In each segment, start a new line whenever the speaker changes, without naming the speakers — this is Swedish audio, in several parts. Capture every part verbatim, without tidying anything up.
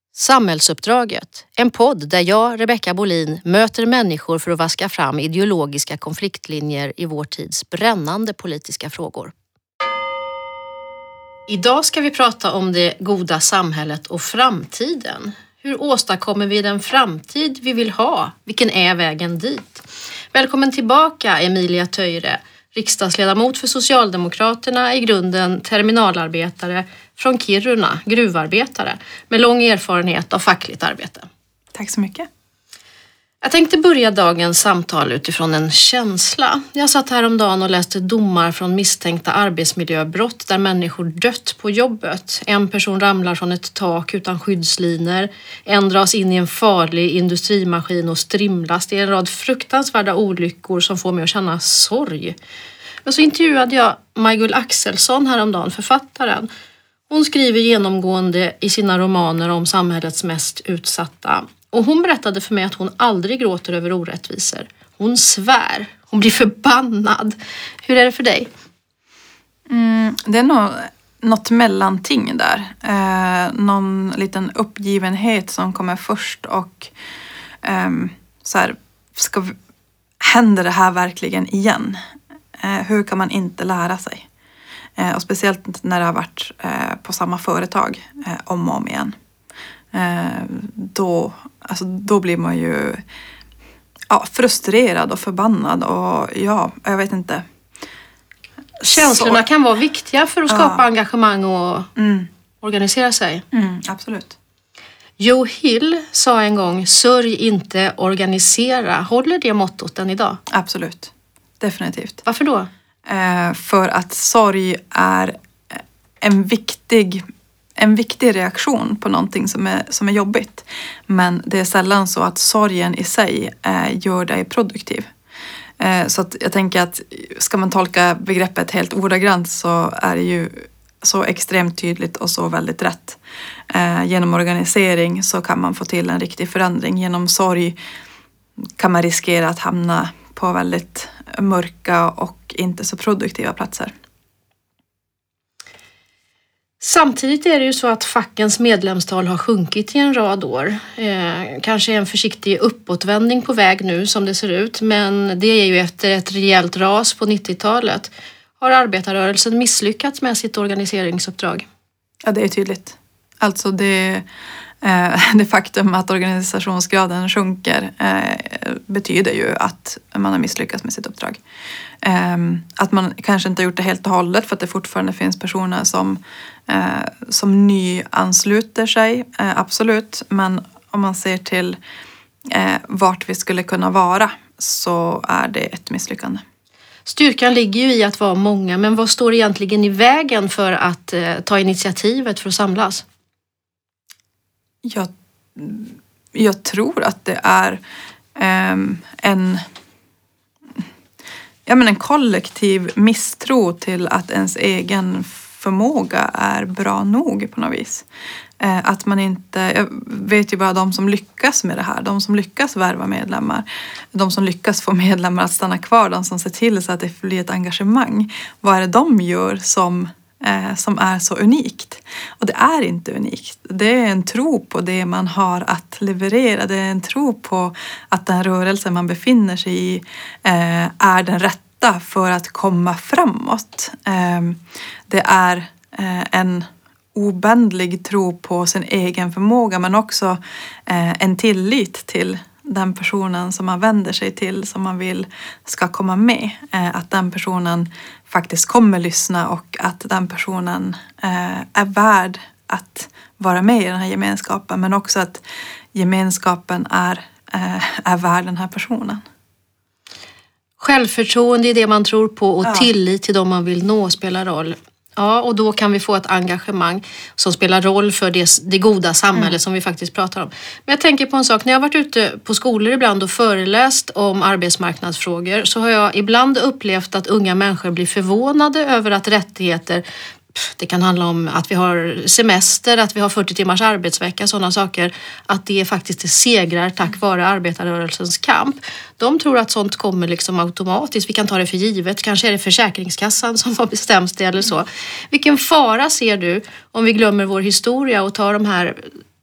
Samhällsuppdraget, en podd där jag, Rebecka Bolin, möter människor för att vaska fram ideologiska konfliktlinjer i vår tids brännande politiska frågor. Idag ska vi prata om det goda samhället och framtiden. Hur åstadkommer vi den framtid vi vill ha? Vilken är vägen dit? Välkommen tillbaka Emilia Töyrä, riksdagsledamot för Socialdemokraterna, i grunden terminalarbetare från Kiruna, gruvarbetare med lång erfarenhet av fackligt arbete.
Tack så mycket.
Jag tänkte börja dagens samtal utifrån en känsla. Jag satt häromdagen och läste domar från misstänkta arbetsmiljöbrott där människor dött på jobbet. En person ramlar från ett tak utan skyddslinor. En dras in i en farlig industrimaskin och strimlas. Det är en rad fruktansvärda olyckor som får mig att känna sorg. Men så intervjuade jag Maj-Gull Axelsson häromdagen, författaren. Hon skriver genomgående i sina romaner om samhällets mest utsatta. Och hon berättade för mig att hon aldrig gråter över orättvisor. Hon svär. Hon blir förbannad. Hur är det för dig?
Mm, det är nog något mellanting där. Eh, någon liten uppgivenhet som kommer först och eh, så här, ska, händer det här verkligen igen? Eh, hur kan man inte lära sig? Eh, och speciellt när det har varit eh, på samma företag eh, om och om igen. Eh, då, alltså, då blir man ju ja, frustrerad och förbannad och ja, jag vet inte.
Känslorna
Så.
kan vara viktiga för att skapa
ja.
engagemang och
mm.
organisera sig.
Mm, absolut.
Joe Hill sa en gång, sörj inte, organisera. Håller det mottot än idag?
Absolut, definitivt.
Varför då?
Eh, för att sorg är en viktig En viktig reaktion på någonting som är, som är jobbigt. Men det är sällan så att sorgen i sig eh, gör dig produktiv. Eh, så att jag tänker att ska man tolka begreppet helt ordagrant så är det ju så extremt tydligt och så väldigt rätt. Eh, genom organisering så kan man få till en riktig förändring. Genom sorg kan man riskera att hamna på väldigt mörka och inte så produktiva platser.
Samtidigt är det ju så att fackens medlemstal har sjunkit i en rad år. Eh, kanske en försiktig uppåtvändning på väg nu som det ser ut. Men det är ju efter ett rejält ras på nittiotalet. Har arbetarrörelsen misslyckats med sitt organiseringsuppdrag?
Ja, det är tydligt. Alltså det, eh, det faktum att organisationsgraden sjunker eh, betyder ju att man har misslyckats med sitt uppdrag. Eh, att man kanske inte har gjort det helt och hållet för att det fortfarande finns personer som, eh, som nyansluter sig, eh, absolut. Men om man ser till eh, vart vi skulle kunna vara så är det ett misslyckande.
Styrkan ligger ju i att vara många, men vad står egentligen i vägen för att eh, ta initiativet för att samlas?
Jag, jag tror att det är eh, en, ja, men en kollektiv misstro till att ens egen förmåga är bra nog på något vis. Eh, att man inte, jag vet ju bara de som lyckas med det här, de som lyckas värva medlemmar, de som lyckas få medlemmar att stanna kvar, de som ser till så att det blir ett engagemang. Vad är det de gör som Eh, som är så unikt? Och det är inte unikt. Det är en tro på det man har att leverera. Det är en tro på att den rörelse man befinner sig i eh, är den rätta för att komma framåt. Eh, det är eh, en obändlig tro på sin egen förmåga, men också eh, en tillit till den personen som man vänder sig till, som man vill ska komma med. Eh, att den personen faktiskt kommer lyssna och att den personen eh, är värd att vara med i den här gemenskapen. Men också att gemenskapen är, eh, är värd den här personen.
Självförtroende är det man tror på och
ja.
tillit till dem man vill nå spelar roll. Ja, och då kan vi få ett engagemang som spelar roll för det, det goda samhället mm. som vi faktiskt pratar om. Men jag tänker på en sak, när jag har varit ute på skolor ibland och föreläst om arbetsmarknadsfrågor så har jag ibland upplevt att unga människor blir förvånade över att rättigheter, det kan handla om att vi har semester, att vi har fyrtio timmars arbetsvecka, sådana saker, att det faktiskt segrar tack vare arbetarrörelsens kamp. De tror att sånt kommer liksom automatiskt, vi kan ta det för givet, kanske är det Försäkringskassan som har bestämt det eller så. Vilken fara ser du om vi glömmer vår historia och tar de här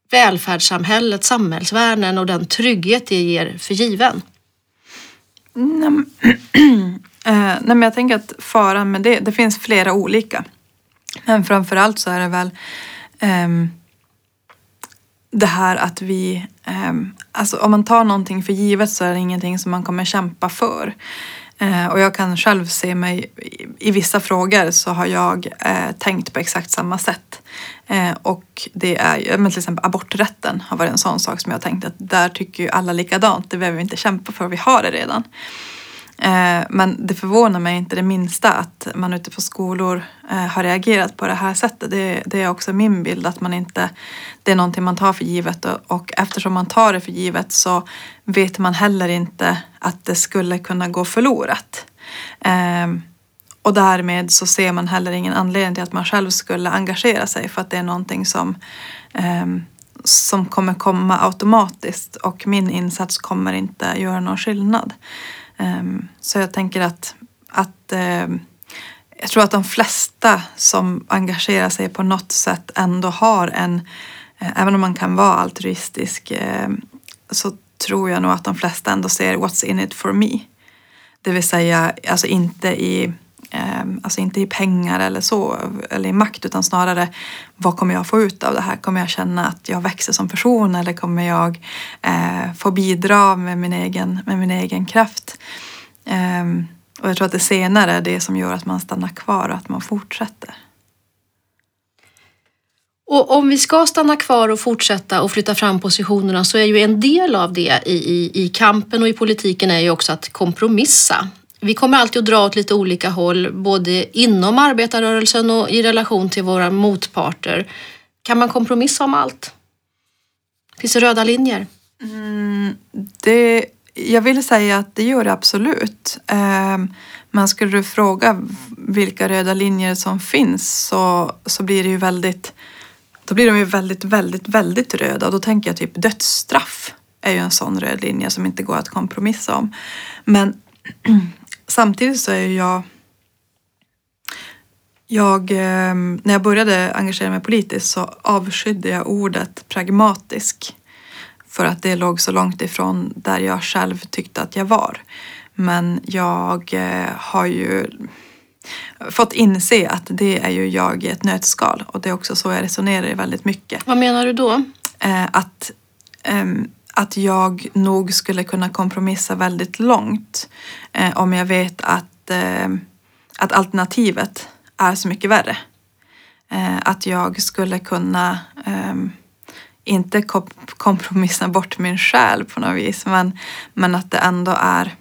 välfärdssamhället, samhällsvärnen och den trygghet det ger för given?
Nej, nej, men jag tänker att faran med det, det finns flera olika. Men framförallt så är det väl um, det här att vi, um, alltså om man tar någonting för givet så är det ingenting som man kommer kämpa för. Uh, och jag kan själv se mig, i, i vissa frågor så har jag uh, tänkt på exakt samma sätt. Uh, och det är, men till exempel aborträtten har varit en sån sak som jag tänkt att där tycker ju alla likadant, det behöver vi inte kämpa för, vi har det redan. Men det förvånar mig inte det minsta att man ute på skolor har reagerat på det här sättet. Det, det är också min bild att man inte, det är någonting man tar för givet och, och eftersom man tar det för givet så vet man heller inte att det skulle kunna gå förlorat. Och därmed så ser man heller ingen anledning till att man själv skulle engagera sig för att det är någonting som, som kommer komma automatiskt och min insats kommer inte göra någon skillnad. Um, så jag tänker att, att um, jag tror att de flesta som engagerar sig på något sätt ändå har en, uh, även om man kan vara altruistisk, uh, så tror jag nog att de flesta ändå ser what's in it for me. Det vill säga, alltså inte i, um, alltså inte i pengar eller så, eller i makt, utan snarare vad kommer jag få ut av det här? Kommer jag känna att jag växer som person eller kommer jag uh, få bidra med min egen, med min egen kraft? Um, och jag tror att det senare är det som gör att man stannar kvar och att man fortsätter.
Och om vi ska stanna kvar och fortsätta och flytta fram positionerna så är ju en del av det i, i, i kampen och i politiken är ju också att kompromissa. Vi kommer alltid att dra åt lite olika håll, både inom arbetarrörelsen och i relation till våra motparter. Kan man kompromissa om allt? Finns det röda linjer?
Mm, det, jag vill säga att det gör det absolut. Um, men skulle du fråga vilka röda linjer som finns så, så blir det ju väldigt, då blir de ju väldigt, väldigt, väldigt röda. Och då tänker jag typ dödsstraff är ju en sån röd linje som inte går att kompromissa om. Men samtidigt så är jag, jag, när jag började engagera mig politiskt så avskydde jag ordet pragmatisk. För att det låg så långt ifrån där jag själv tyckte att jag var. Men jag har ju fått inse att det är ju jag i ett nötskal. Och det är också så jag resonerar väldigt mycket.
Vad menar du då?
Att, att jag nog skulle kunna kompromissa väldigt långt. Om jag vet att, att alternativet är så mycket värre. Att jag skulle kunna inte kompromissa bort min själ på något vis. Men, men att det ändå är...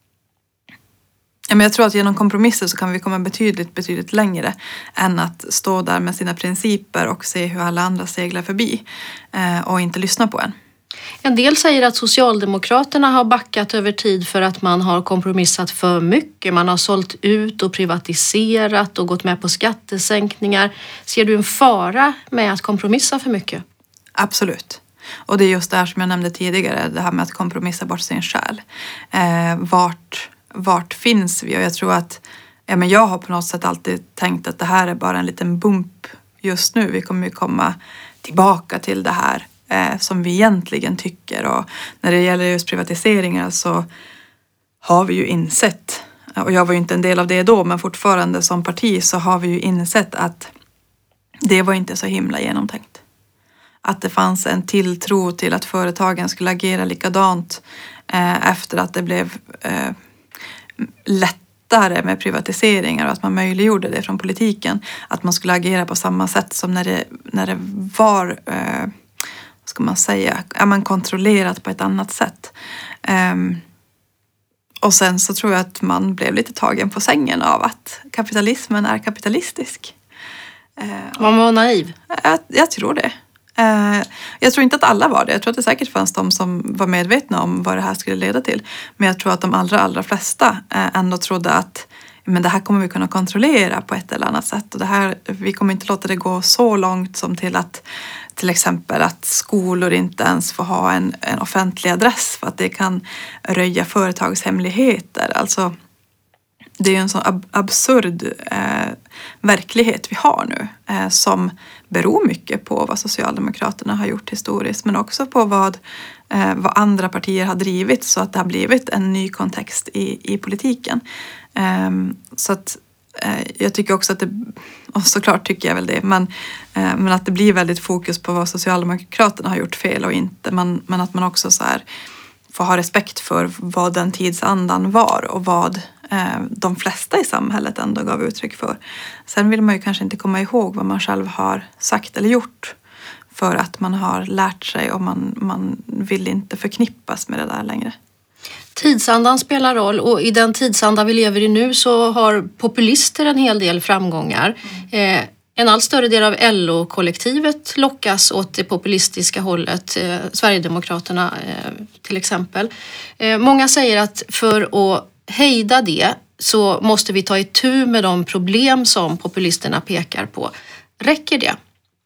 Jag tror att genom kompromisser så kan vi komma betydligt, betydligt längre än att stå där med sina principer och se hur alla andra seglar förbi och inte lyssna på en.
En del säger att Socialdemokraterna har backat över tid för att man har kompromissat för mycket. Man har sålt ut och privatiserat och gått med på skattesänkningar. Ser du en fara med att kompromissa för mycket?
Absolut. Och det är just det här som jag nämnde tidigare, det här med att kompromissa bort sin själ. Eh, vart, vart finns vi? Och jag tror att ja, men jag har på något sätt alltid tänkt att det här är bara en liten bump just nu. Vi kommer ju komma tillbaka till det här eh, som vi egentligen tycker. Och när det gäller just privatiseringar så har vi ju insett, och jag var ju inte en del av det då, men fortfarande som parti så har vi ju insett att det var inte så himla genomtänkt. Att det fanns en tilltro till att företagen skulle agera likadant eh, efter att det blev eh, lättare med privatiseringar och att man möjliggjorde det från politiken. Att man skulle agera på samma sätt som när det, när det var, eh, vad ska man säga, ja, man kontrollerat på ett annat sätt. Eh, och sen så tror jag att man blev lite tagen på sängen av att kapitalismen är kapitalistisk.
Eh, man var naiv.
Jag, jag tror det. Jag tror inte att alla var det. Jag tror att det säkert fanns de som var medvetna om vad det här skulle leda till. Men jag tror att de allra, allra flesta ändå trodde att men det här kommer vi kunna kontrollera på ett eller annat sätt. Och det här, vi kommer inte låta det gå så långt som till att till exempel att skolor inte ens får ha en, en offentlig adress för att det kan röja företagshemligheter. Alltså det är en sån ab- absurd eh, verklighet vi har nu eh, som beror mycket på vad Socialdemokraterna har gjort historiskt men också på vad, eh, vad andra partier har drivit så att det har blivit en ny kontext i, i politiken. Eh, så att eh, jag tycker också att det, och såklart tycker jag väl det, men, eh, men att det blir väldigt fokus på vad Socialdemokraterna har gjort fel och inte, men, men att man också så här får ha respekt för vad den tidsandan var och vad eh, de flesta i samhället ändå gav uttryck för. Sen vill man ju kanske inte komma ihåg vad man själv har sagt eller gjort för att man har lärt sig och man, man vill inte förknippas med det där längre.
Tidsandan spelar roll och i den tidsanda vi lever i nu så har populister en hel del framgångar. Mm. Eh, En allt större del av L O-kollektivet lockas åt det populistiska hållet, eh, Sverigedemokraterna eh, till exempel. Eh, många säger att för att hejda det så måste vi ta itu med de problem som populisterna pekar på. Räcker det?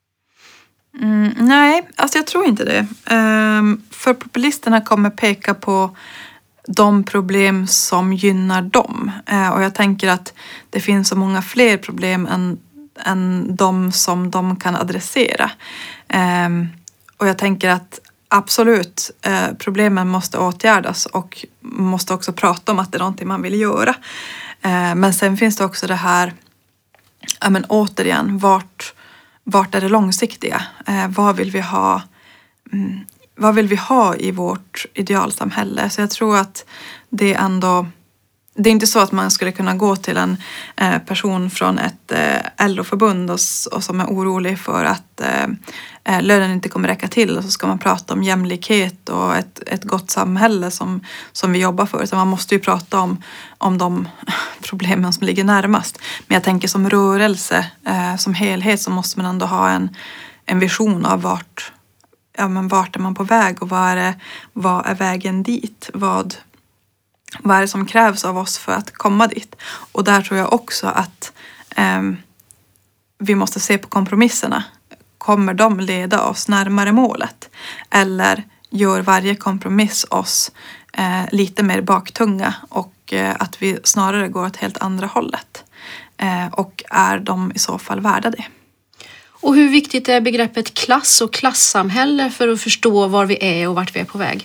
Mm, nej, alltså jag tror inte det. Um, för populisterna kommer peka på de problem som gynnar dem. Uh, och jag tänker att det finns så många fler problem än än de som de kan adressera. Um, och jag tänker att absolut, uh, problemen måste åtgärdas och måste också prata om att det är någonting man vill göra. Uh, men sen finns det också det här, ja men återigen, vart, vart är det långsiktiga? Uh, vad vill vi ha? Um, vad vill vi ha i vårt idealsamhälle? Så jag tror att det ändå det är inte så att man skulle kunna gå till en eh, person från ett eh, L O-förbund och, och som är orolig för att eh, lönen inte kommer räcka till och så ska man prata om jämlikhet och ett, ett gott samhälle som, som vi jobbar för. Så man måste ju prata om, om de problemen som ligger närmast. Men jag tänker som rörelse, eh, som helhet så måste man ändå ha en, en vision av vart, ja, men vart är man på väg och vad är, det, vad är vägen dit? Vad Vad är det som krävs av oss för att komma dit? Och där tror jag också att eh, vi måste se på kompromisserna. Kommer de leda oss närmare målet? Eller gör varje kompromiss oss eh, lite mer baktunga och eh, att vi snarare går åt helt andra hållet? Eh, och är de i så fall värda det?
Och hur viktigt är begreppet klass och klassamhälle för att förstå var vi är och vart vi är på väg?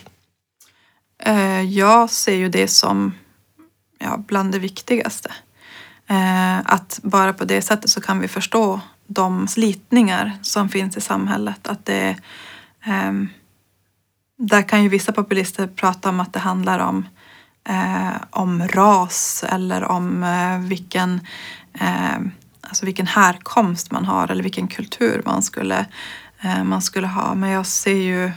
Jag ser ju det som ja, bland det viktigaste. Att bara på det sättet så kan vi förstå de slitningar som finns i samhället. Att det, där kan ju vissa populister prata om att det handlar om, om ras eller om vilken, alltså vilken härkomst man har eller vilken kultur man skulle, man skulle ha. Men jag ser ju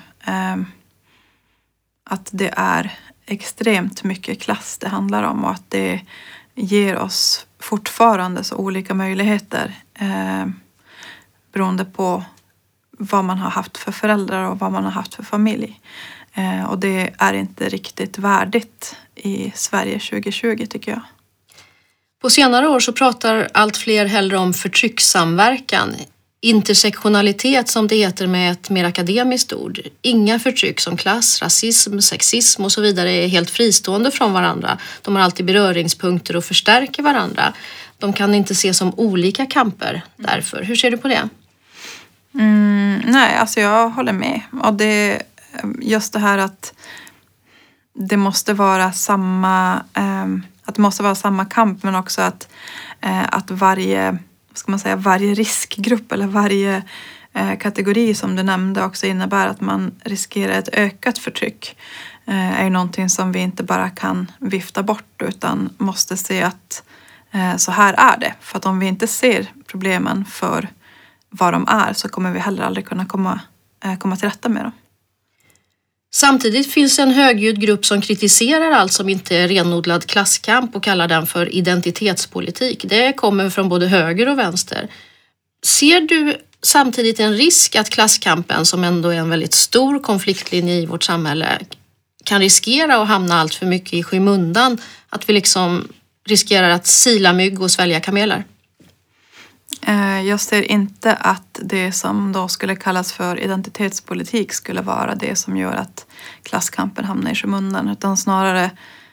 att det är extremt mycket klass det handlar om och att det ger oss fortfarande så olika möjligheter eh, beroende på vad man har haft för föräldrar och vad man har haft för familj. Eh, och det är inte riktigt värdigt i Sverige tjugo tjugo tycker jag.
På senare år så pratar allt fler hellre om förtryckssamverkan. Intersektionalitet som det heter med ett mer akademiskt ord. Inga förtryck som klass, rasism, sexism och så vidare är helt fristående från varandra. De har alltid beröringspunkter och förstärker varandra. De kan inte ses som olika kamper därför. Hur ser du på det?
Mm, nej, alltså jag håller med. Och det, just det här att det måste vara samma, eh, att det måste vara samma kamp men också att, eh, att varje ska man säga, varje riskgrupp eller varje eh, kategori som du nämnde också innebär att man riskerar ett ökat förtryck eh, är ju någonting som vi inte bara kan vifta bort utan måste se att eh, så här är det. För att om vi inte ser problemen för vad de är så kommer vi heller aldrig kunna komma, eh, komma till rätta med dem.
Samtidigt finns en högljudd grupp som kritiserar allt som inte är renodlad klasskamp och kallar den för identitetspolitik. Det kommer från både höger och vänster. Ser du samtidigt en risk att klasskampen, som ändå är en väldigt stor konfliktlinje i vårt samhälle, kan riskera att hamna allt för mycket i skymundan? Att vi liksom riskerar att sila mygg och svälja kameler?
Jag ser inte att det som då skulle kallas för identitetspolitik skulle vara det som gör att klasskampen hamnar i skymundan utan snarare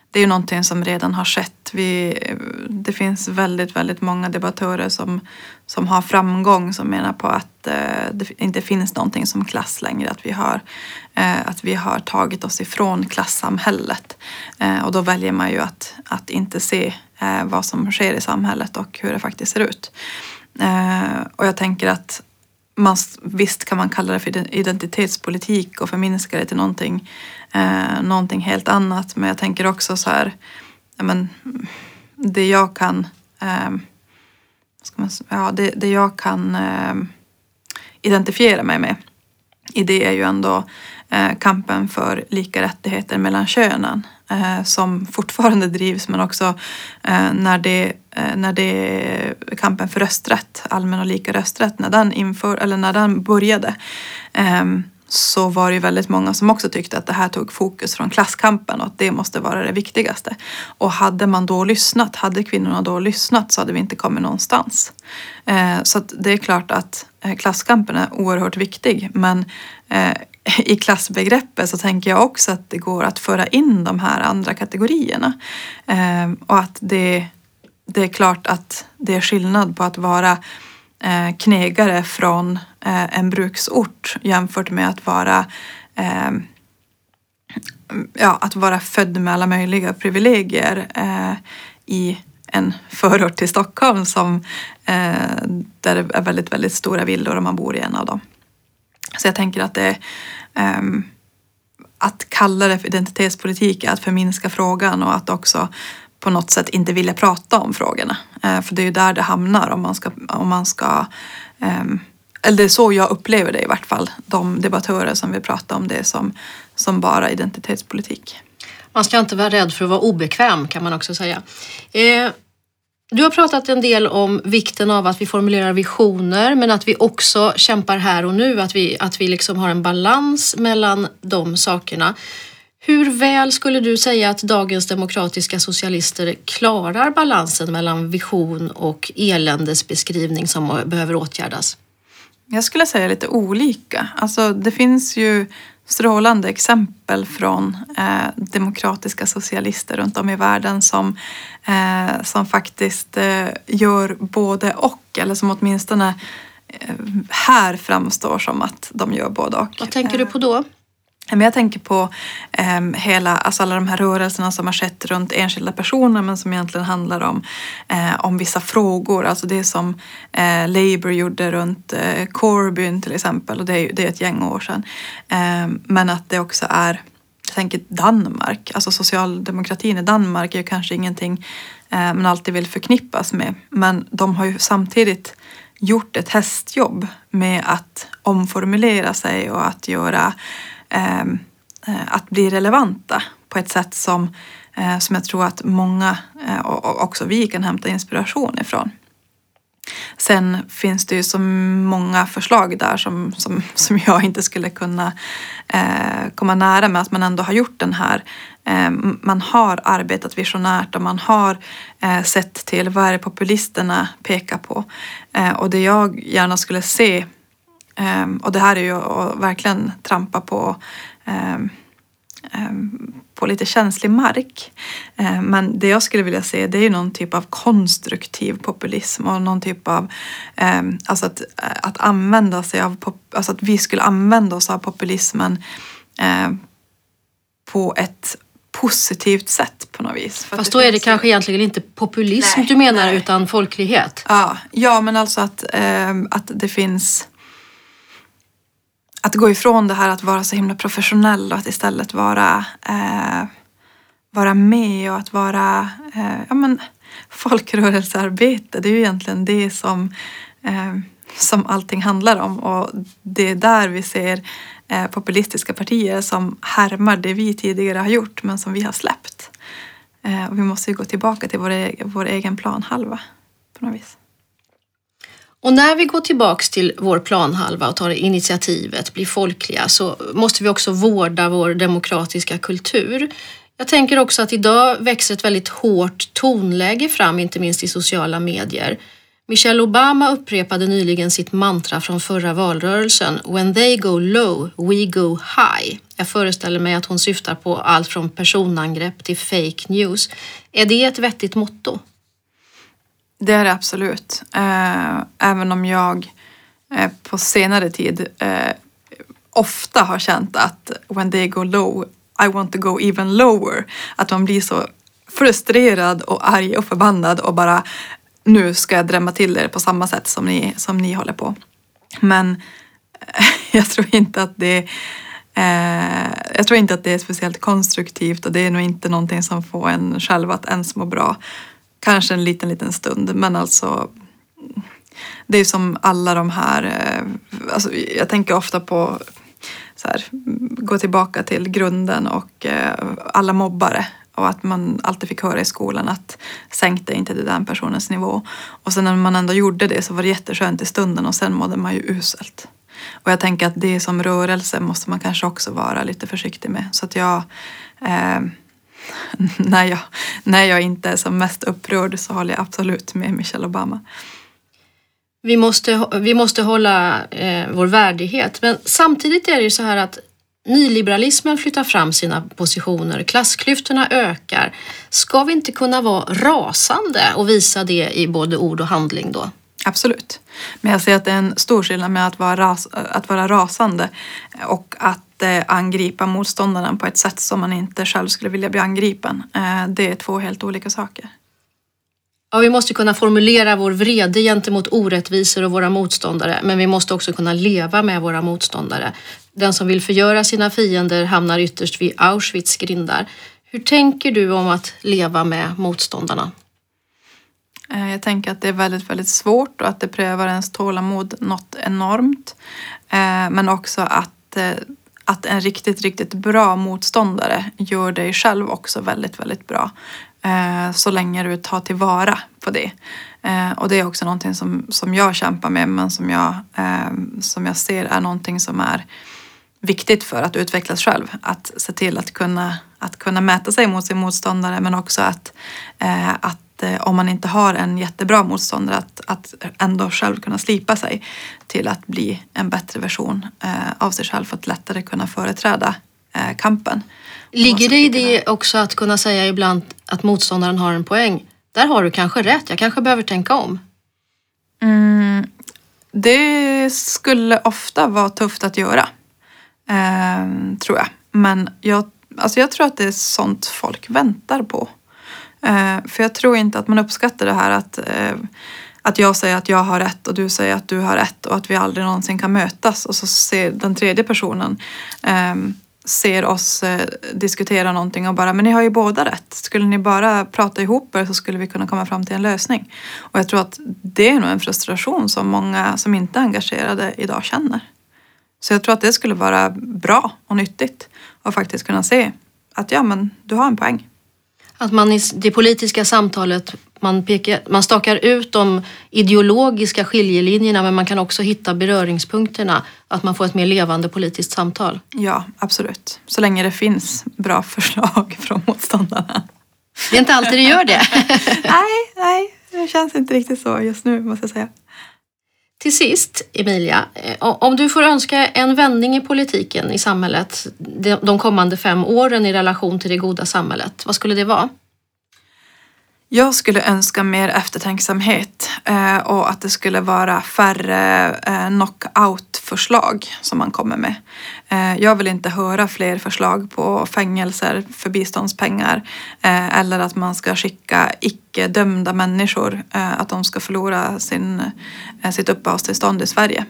det är ju någonting som redan har skett. Vi, det finns väldigt, väldigt många debattörer som, som har framgång, som menar på att eh, det inte finns någonting som klass längre. Att vi har, eh, att vi har tagit oss ifrån klassamhället. Eh, och då väljer man ju att, att inte se eh, vad som sker i samhället och hur det faktiskt ser ut. Eh, och jag tänker att man, visst kan man kalla det för identitetspolitik och förminska det till någonting, eh, någonting helt annat. Men jag tänker också så här, ja, men, det jag kan, eh, ska man, ja, det, det jag kan eh, identifiera mig med i det är ju ändå eh, kampen för lika rättigheter mellan könen. Eh, som fortfarande drivs, men också eh, när, det, eh, när det kampen för rösträtt, allmän och lika rösträtt, när den, inför, eller när den började eh, så var det väldigt många som också tyckte att det här tog fokus från klasskampen och att det måste vara det viktigaste. Och hade man då lyssnat, hade kvinnorna då lyssnat, så hade vi inte kommit någonstans. Eh, så att det är klart att eh, klasskampen är oerhört viktig, men eh, i klassbegreppet så tänker jag också att det går att föra in de här andra kategorierna. Eh, och att det, det är klart att det är skillnad på att vara eh, knegare från eh, en bruksort jämfört med att vara, eh, ja, att vara född med alla möjliga privilegier eh, i en förort till Stockholm som, eh, där det är väldigt, väldigt stora villor och man bor i en av dem. Så jag tänker att det um, att kalla det för identitetspolitik är att förminska frågan och att också på något sätt inte vilja prata om frågorna. Uh, för det är ju där det hamnar om man ska, om man ska um, eller det är så jag upplever det i vart fall. De debattörer som vill prata om det som, som bara identitetspolitik.
Man ska inte vara rädd för att vara obekväm, kan man också säga. Eh... Du har pratat en del om vikten av att vi formulerar visioner, men att vi också kämpar här och nu, att vi, att vi liksom har en balans mellan de sakerna. Hur väl skulle du säga att dagens demokratiska socialister klarar balansen mellan vision och eländesbeskrivning som behöver åtgärdas?
Jag skulle säga lite olika. Alltså, det finns ju strålande exempel från eh, demokratiska socialister runt om i världen som, eh, som faktiskt eh, gör både och, eller som åtminstone eh, här framstår som att de gör både och.
Vad tänker du på då?
Men jag tänker på eh, hela, alltså alla de här rörelserna som har skett runt enskilda personer, men som egentligen handlar om, eh, om vissa frågor. Alltså det som eh, Labour gjorde runt eh, Corbyn till exempel, och det är, det är ett gäng år sedan. Eh, men att det också är, jag tänker Danmark, alltså socialdemokratin i Danmark är ju kanske ingenting eh, man alltid vill förknippas med. Men de har ju samtidigt gjort ett hästjobb med att omformulera sig och att göra Eh, att bli relevanta på ett sätt som, eh, som jag tror att många eh, och också vi kan hämta inspiration ifrån. Sen finns det ju så många förslag där som, som, som jag inte skulle kunna eh, komma nära, med att man ändå har gjort den här. Eh, man har arbetat visionärt och man har eh, sett till vad är det populisterna pekar på. Eh, och det jag gärna skulle se, Um, och det här är ju att verkligen trampa på, um, um, på lite känslig mark. Um, men det jag skulle vilja se, det är ju någon typ av konstruktiv populism och någon typ av, um, alltså att, att använda sig av, pop, alltså att vi skulle använda oss av populismen um, på ett positivt sätt på något vis. För
Fast då är det kanske egentligen inte populism nej, du menar nej. Utan folklighet.
Ja, ja, men alltså att, um, att det finns... Att gå ifrån det här att vara så himla professionell och att istället vara, eh, vara med och att vara eh, ja, men, folkrörelsearbete. Det är ju egentligen det som, eh, som allting handlar om. Och det är där vi ser eh, populistiska partier som härmar det vi tidigare har gjort men som vi har släppt. Eh, och vi måste ju gå tillbaka till vår, e- vår egen planhalva på något vis.
Och när vi går tillbaks till vår planhalva och tar initiativet, blir folkliga, så måste vi också vårda vår demokratiska kultur. Jag tänker också att idag växer ett väldigt hårt tonläge fram, inte minst i sociala medier. Michelle Obama upprepade nyligen sitt mantra från förra valrörelsen: When they go low, we go high. Jag föreställer mig att hon syftar på allt från personangrepp till fake news. Är det ett vettigt motto?
Det är det absolut. Även om jag på senare tid ofta har känt att when they go low, I want to go even lower. Att man blir så frustrerad och arg och förbannad och bara nu ska jag drämma till er på samma sätt som ni, som ni håller på. Men jag tror inte att det eh, jag tror inte att det är speciellt konstruktivt och det är nog inte någonting som får en själv att ens må bra. Kanske en liten, liten stund, men alltså det är som alla de här, eh, alltså jag tänker ofta på så här, gå tillbaka till grunden och eh, alla mobbare. Och att man alltid fick höra i skolan att sänkte inte till den personens nivå. Och sen när man ändå gjorde det så var det jätteskönt i stunden och sen mådde man ju uselt. Och jag tänker att det som rörelse måste man kanske också vara lite försiktig med. Så att jag, eh, när jag, när jag inte är som mest upprörd så håller jag absolut med Michelle Obama.
Vi måste, vi måste hålla eh, vår värdighet. Men samtidigt är det ju så här att nyliberalismen flyttar fram sina positioner, klassklyftorna ökar. Ska vi inte kunna vara rasande och visa det i både ord och handling då?
Absolut. Men jag ser att det är en stor skillnad med att vara, ras, att vara rasande och att eh, angripa motståndarna på ett sätt som man inte själv skulle vilja bli angripen. Eh, det är två helt olika saker.
Ja, vi måste kunna formulera vår vrede gentemot orättvisor och våra motståndare, men vi måste också kunna leva med våra motståndare. Den som vill förgöra sina fiender hamnar ytterst vid Auschwitz grindar. Hur tänker du om att leva med motståndarna?
Jag tänker att det är väldigt, väldigt svårt och att det prövar ens tålamod något enormt. Men också att, att en riktigt, riktigt bra motståndare gör dig själv också väldigt, väldigt bra. Så länge du tar tillvara på det. Och det är också någonting som, som jag kämpar med, men som jag, som jag ser är någonting som är viktigt för att utvecklas själv. Att se till att kunna, att kunna mäta sig mot sin motståndare, men också att, att om man inte har en jättebra motståndare att, att ändå själv kunna slipa sig till att bli en bättre version av sig själv för att lättare kunna företräda kampen.
Ligger det i det också att kunna säga ibland att motståndaren har en poäng? Där har du kanske rätt, jag kanske behöver tänka om.
Mm, det skulle ofta vara tufft att göra, eh, tror jag. Men jag, alltså jag tror att det är sånt folk väntar på. Eh, för jag tror inte att man uppskattar det här att, eh, att jag säger att jag har rätt och du säger att du har rätt och att vi aldrig någonsin kan mötas. Och så ser den tredje personen eh, ser oss eh, diskutera någonting och bara, men ni har ju båda rätt. Skulle ni bara prata ihop er så skulle vi kunna komma fram till en lösning. Och jag tror att det är nog en frustration som många som inte är engagerade idag känner. Så jag tror att det skulle vara bra och nyttigt att faktiskt kunna se att ja, men du har en poäng.
Att man i det politiska samtalet, man, pekar, man stakar ut de ideologiska skiljelinjerna, men man kan också hitta beröringspunkterna. Att man får ett mer levande politiskt samtal.
Ja, absolut. Så länge det finns bra förslag från motståndarna.
Det är inte alltid det gör det.
nej, nej. Det känns inte riktigt så just nu, måste jag säga.
Till sist, Emilia, om du får önska en vändning i politiken i samhället de kommande fem åren i relation till det goda samhället, vad skulle det vara?
Jag skulle önska mer eftertänksamhet och att det skulle vara färre knockout-förslag som man kommer med. Jag vill inte höra fler förslag på fängelser för biståndspengar eller att man ska skicka icke-dömda människor, att de ska förlora sin, sitt uppehållstillstånd i Sverige.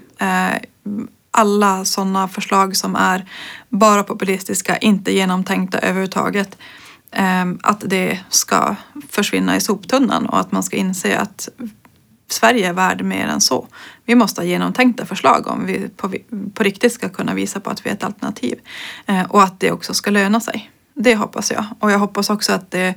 Alla sådana förslag som är bara populistiska, inte genomtänkta överhuvudtaget, att det ska försvinna i soptunnan och att man ska inse att Sverige är värd mer än så. Vi måste ha genomtänkta förslag om vi på, på riktigt ska kunna visa på att vi är ett alternativ. Och att det också ska löna sig. Det hoppas jag. Och jag hoppas också att det,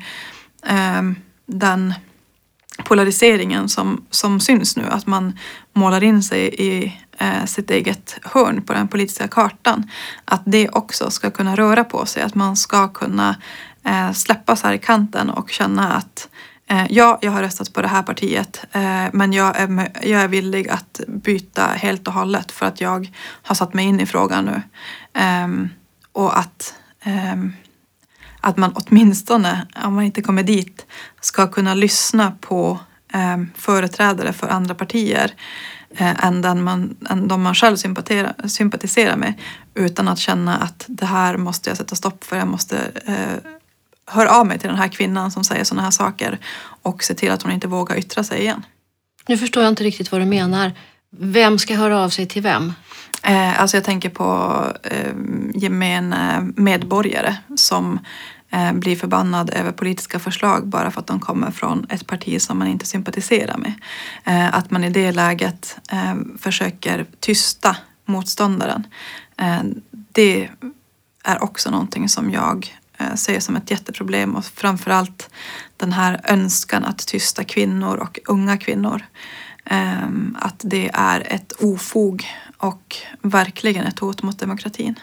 den polariseringen som, som syns nu, att man målar in sig i sitt eget hörn på den politiska kartan, att det också ska kunna röra på sig. Att man ska kunna släppa så här i kanten och känna att Eh, ja, jag har röstat på det här partiet, eh, men jag är, jag är villig att byta helt och hållet för att jag har satt mig in i frågan nu. Eh, och att, eh, att man åtminstone, om man inte kommer dit, ska kunna lyssna på eh, företrädare för andra partier eh, än, den man, än de man själv sympatiserar, sympatiserar med, utan att känna att det här måste jag sätta stopp för. Jag måste eh, hör av mig till den här kvinnan som säger såna här saker och se till att hon inte vågar yttra sig igen.
Nu förstår jag inte riktigt vad du menar. Vem ska höra av sig till vem?
Eh, alltså jag tänker på eh, gemene medborgare som eh, blir förbannad över politiska förslag bara för att de kommer från ett parti som man inte sympatiserar med. Eh, att man i det läget eh, försöker tysta motståndaren. Eh, det är också någonting som jag ser som ett jätteproblem, och framförallt den här önskan att tysta kvinnor och unga kvinnor. Att det är ett ofog och verkligen ett hot mot demokratin.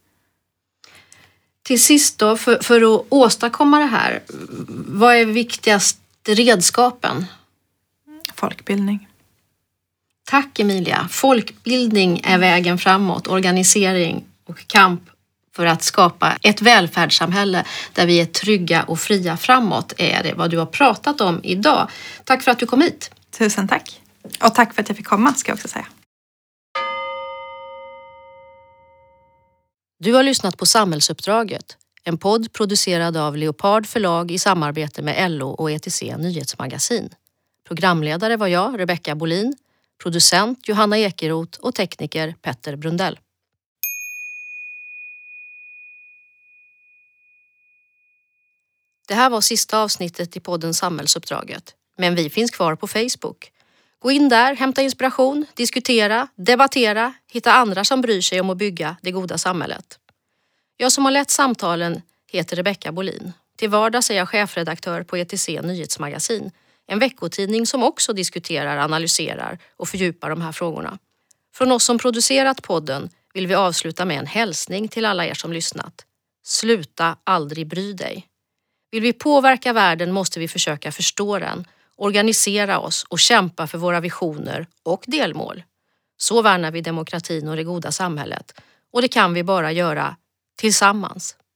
Till sist då, för, för att åstadkomma det här, vad är viktigast redskapen?
Folkbildning.
Tack Emilia. Folkbildning är vägen framåt, organisering och kamp för att skapa ett välfärdssamhälle där vi är trygga och fria framåt, är det vad du har pratat om idag. Tack för att du kom hit.
Tusen tack. Och tack för att jag fick komma, ska jag också säga.
Du har lyssnat på Samhällsuppdraget, en podd producerad av Leopard förlag i samarbete med L O och E T C Nyhetsmagasin. Programledare var jag, Rebecka Bolin, producent Johanna Ekeroth och tekniker Petter Brundell. Det här var sista avsnittet i podden Samhällsuppdraget, men vi finns kvar på Facebook. Gå in där, hämta inspiration, diskutera, debattera, hitta andra som bryr sig om att bygga det goda samhället. Jag som har lett samtalen heter Rebecka Bolin. Till vardags är jag chefredaktör på E T C Nyhetsmagasin, en veckotidning som också diskuterar, analyserar och fördjupar de här frågorna. Från oss som producerat podden vill vi avsluta med en hälsning till alla er som lyssnat. Sluta aldrig bry dig. Vill vi påverka världen måste vi försöka förstå den, organisera oss och kämpa för våra visioner och delmål. Så värnar vi demokratin och det goda samhället. Och det kan vi bara göra tillsammans.